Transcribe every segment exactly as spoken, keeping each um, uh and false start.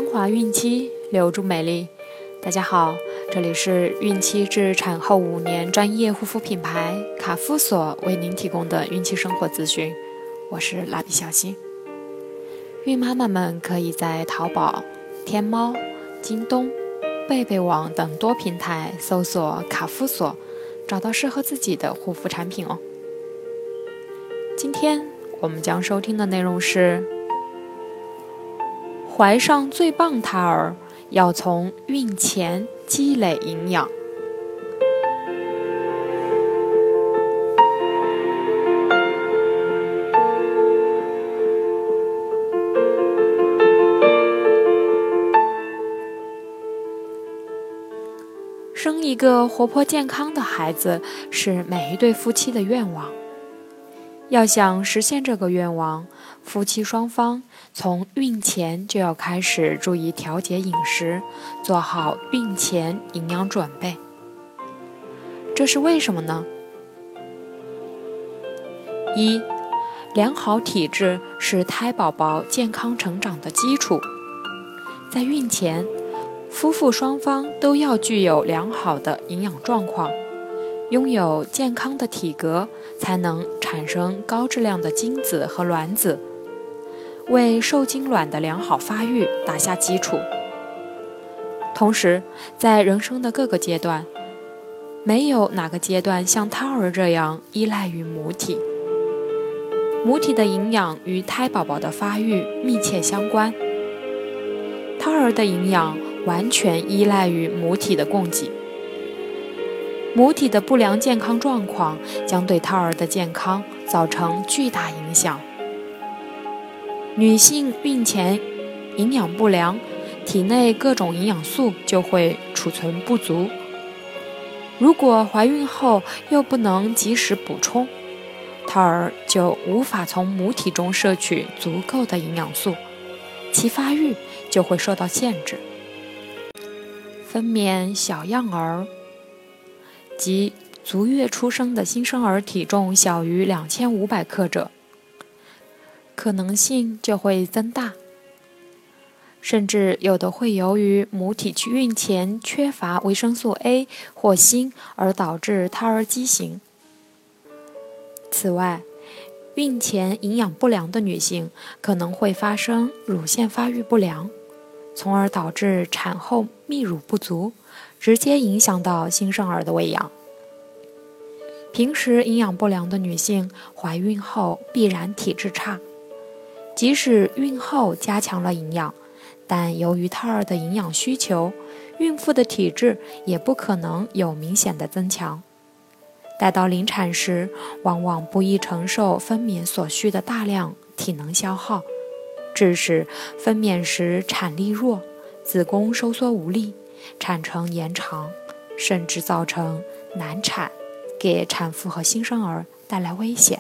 升华孕期，留住美丽。大家好，这里是孕期至产后五年专业护肤品牌卡夫索为您提供的孕期生活资讯，我是蜡笔小新。孕妈妈们可以在淘宝、天猫、京东、贝贝网等多平台搜索卡夫索，找到适合自己的护肤产品哦。今天我们将收听的内容是：怀上最棒胎儿要从孕前积累营养。生一个活泼健康的孩子是每一对夫妻的愿望。要想实现这个愿望，夫妻双方从孕前就要开始注意调节饮食，做好孕前营养准备。这是为什么呢？一、良好体质是胎宝宝健康成长的基础。在孕前，夫妇双方都要具有良好的营养状况，拥有健康的体格，才能产生高质量的精子和卵子，为受精卵的良好发育打下基础。同时，在人生的各个阶段，没有哪个阶段像胎儿这样依赖于母体。母体的营养与胎宝宝的发育密切相关，胎儿的营养完全依赖于母体的供给。母体的不良健康状况将对胎儿的健康造成巨大影响。女性孕前营养不良，体内各种营养素就会储存不足。如果怀孕后又不能及时补充，胎儿就无法从母体中摄取足够的营养素，其发育就会受到限制。分娩小样儿即足月出生的新生儿体重小于两千五百克者，可能性就会增大，甚至有的会由于母体孕前缺乏维生素 A 或锌而导致胎儿畸形。此外，孕前营养不良的女性可能会发生乳腺发育不良，从而导致产后泌乳不足，直接影响到新生儿的喂养。平时营养不良的女性怀孕后必然体质差，即使孕后加强了营养，但由于胎儿的营养需求，孕妇的体质也不可能有明显的增强。待到临产时，往往不易承受分娩所需的大量体能消耗，致使分娩时产力弱，子宫收缩无力，产程延长，甚至造成难产，给产妇和新生儿带来危险。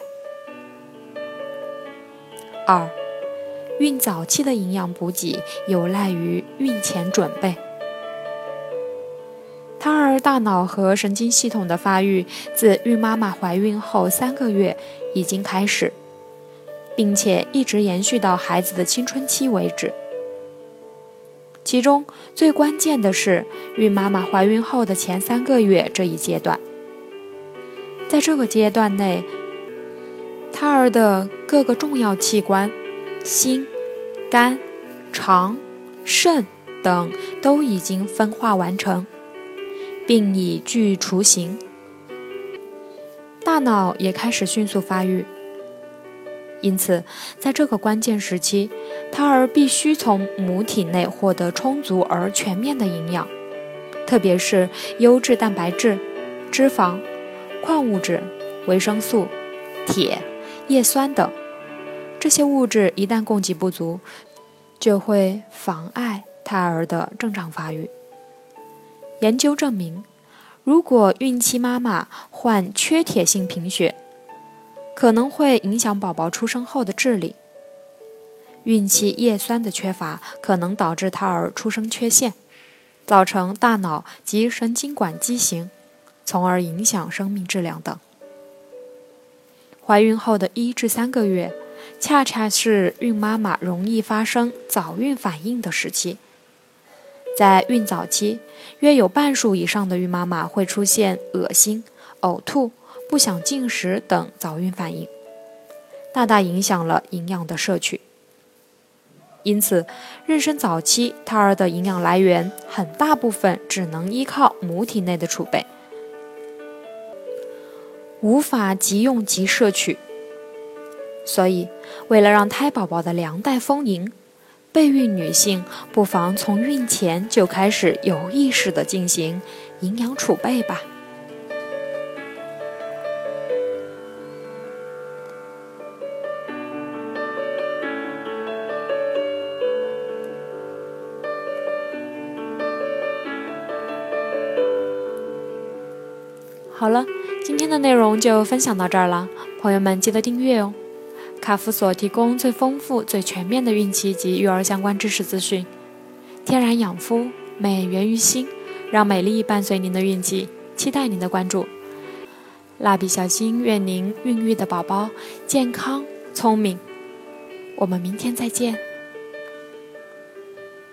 二、孕早期的营养补给有赖于孕前准备。胎儿大脑和神经系统的发育自孕妈妈怀孕后三个月已经开始，并且一直延续到孩子的青春期为止。其中最关键的是孕妈妈怀孕后的前三个月这一阶段。在这个阶段内，胎儿的各个重要器官，心、肝、肠、肾等都已经分化完成，并已具雏形。大脑也开始迅速发育。因此，在这个关键时期，胎儿必须从母体内获得充足而全面的营养，特别是优质蛋白质、脂肪、矿物质、维生素、铁、叶酸等。这些物质一旦供给不足，就会妨碍胎儿的正常发育。研究证明，如果孕期妈妈患缺铁性贫血，可能会影响宝宝出生后的智力。孕期叶酸的缺乏可能导致胎儿出生缺陷，造成大脑及神经管畸形，从而影响生命质量等。怀孕后的一至三个月，恰恰是孕妈妈容易发生早孕反应的时期。 在孕早期，约有半数以上的孕妈妈会出现恶心、呕吐、不想进食等早孕反应，大大影响了营养的摄取。因此，妊娠早期胎儿的营养来源很大部分只能依靠母体内的储备，无法即用即摄取。所以，为了让胎宝宝的两代丰盈，备孕女性不妨从孕前就开始有意识地进行营养储备吧。好了，今天的内容就分享到这儿了，朋友们记得订阅哦。卡夫所提供最丰富、最全面的孕期及育儿相关知识资讯，天然养肤，美源于心，让美丽伴随您的孕期，期待您的关注。蜡笔小新愿您孕育的宝宝健康聪明。我们明天再见。